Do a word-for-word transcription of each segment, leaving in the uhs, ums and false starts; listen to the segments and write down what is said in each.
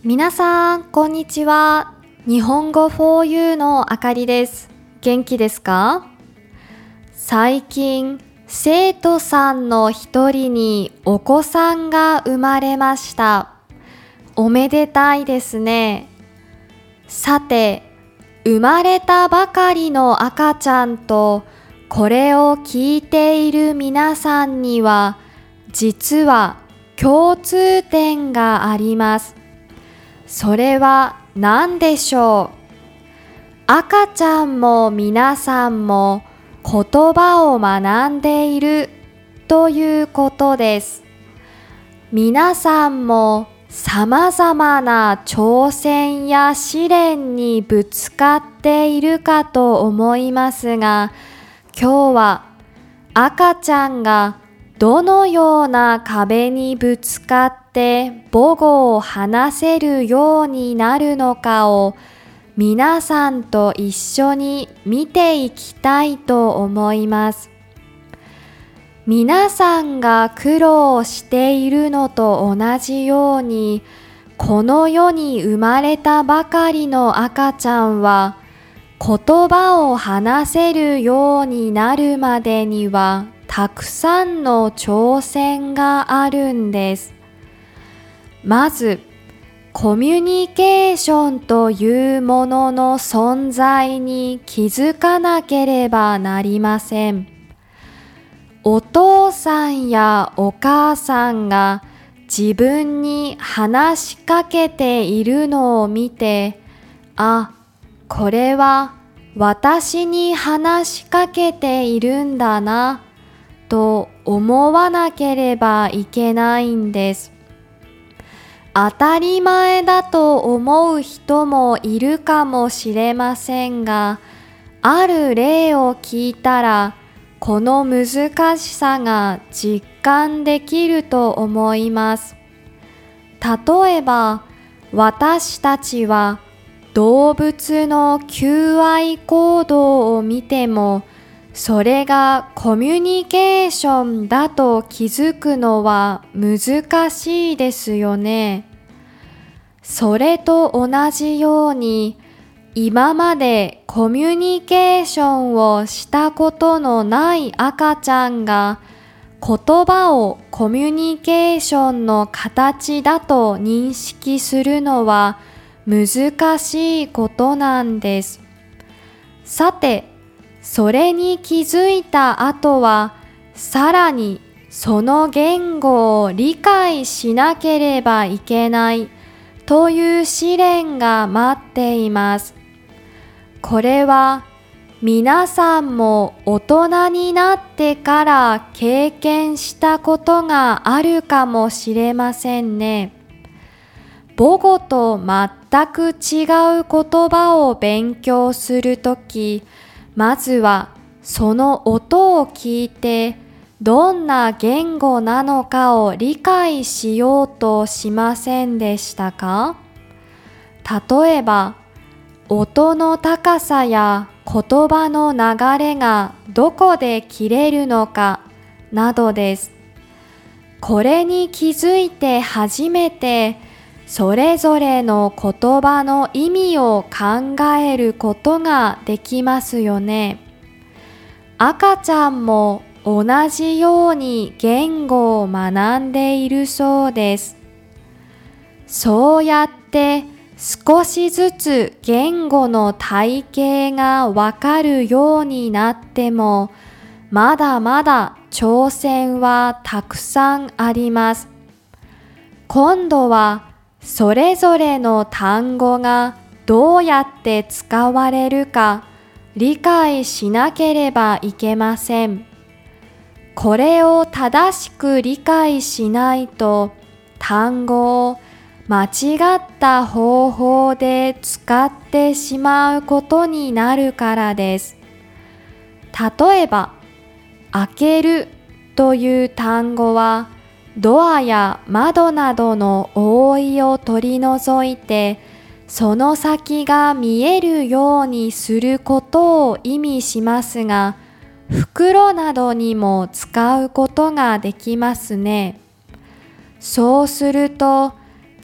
皆さん、こんにちは。日本語 フォーユー のあかりです。元気ですか？最近、生徒さんの一人にお子さんが生まれました。おめでたいですね。さて、生まれたばかりの赤ちゃんとこれを聞いている皆さんには、実は共通点があります。それは何でしょう？赤ちゃんも皆さんも言葉を学んでいるということです。皆さんもさまざまな挑戦や試練にぶつかっているかと思いますが、今日は赤ちゃんがどのような壁にぶつかって母語を話せるようになるのかを皆さんと一緒に見ていきたいと思います。皆さんが苦労しているのと同じように、この世に生まれたばかりの赤ちゃんは言葉を話せるようになるまでにはたくさんの挑戦があるんです。まず、コミュニケーションというものの存在に気づかなければなりません。お父さんやお母さんが自分に話しかけているのを見て、あ、これは私に話しかけているんだな、と思わなければいけないんです。当たり前だと思う人もいるかもしれませんが、ある例を聞いたら、この難しさが実感できると思います。例えば、私たちは動物の求愛行動を見ても、それがコミュニケーションだと気づくのは難しいですよね。それと同じように、今までコミュニケーションをしたことのない赤ちゃんが言葉をコミュニケーションの形だと認識するのは難しいことなんです。さて、それに気づいた後は、さらにその言語を理解しなければいけないという試練が待っています。これは皆さんも大人になってから経験したことがあるかもしれませんね。母語と全く違う言葉を勉強するとき、まずはその音を聞いて、どんな言語なのかを理解しようとしませんでしたか？例えば、音の高さや言葉の流れがどこで切れるのかなどです。これに気づいて初めて、それぞれの言葉の意味を考えることができますよね。赤ちゃんも同じように言語を学んでいるそうです。そうやって少しずつ言語の体系がわかるようになっても、まだまだ挑戦はたくさんあります。今度はそれぞれの単語がどうやって使われるか理解しなければいけません。これを正しく理解しないと、単語を間違った方法で使ってしまうことになるからです。例えば、開けるという単語は、ドアや窓などの覆いを取り除いて、その先が見えるようにすることを意味しますが、袋などにも使うことができますね。そうすると、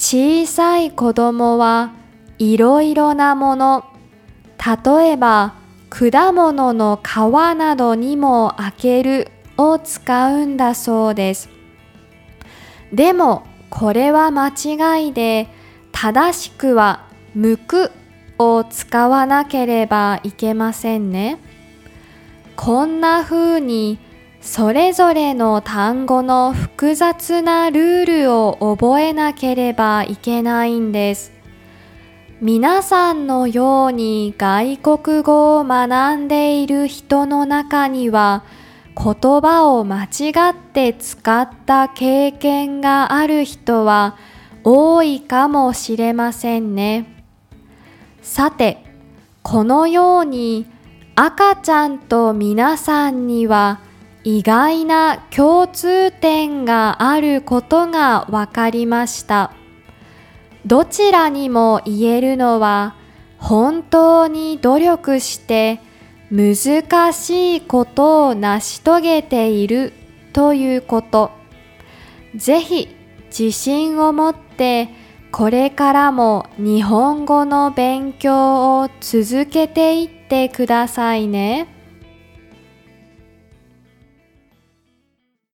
小さい子供はいろいろなもの、例えば果物の皮などにも開けるを使うんだそうです。でもこれは間違いで、正しくは剥くを使わなければいけませんね。こんな風にそれぞれの単語の複雑なルールを覚えなければいけないんです。皆さんのように外国語を学んでいる人の中には、言葉を間違って使った経験がある人は多いかもしれませんね。さて、このように赤ちゃんと皆さんには意外な共通点があることがわかりました。どちらにも言えるのは、本当に努力して難しいことを成し遂げているということ。ぜひ自信を持ってこれからも日本語の勉強を続けていってくださいね。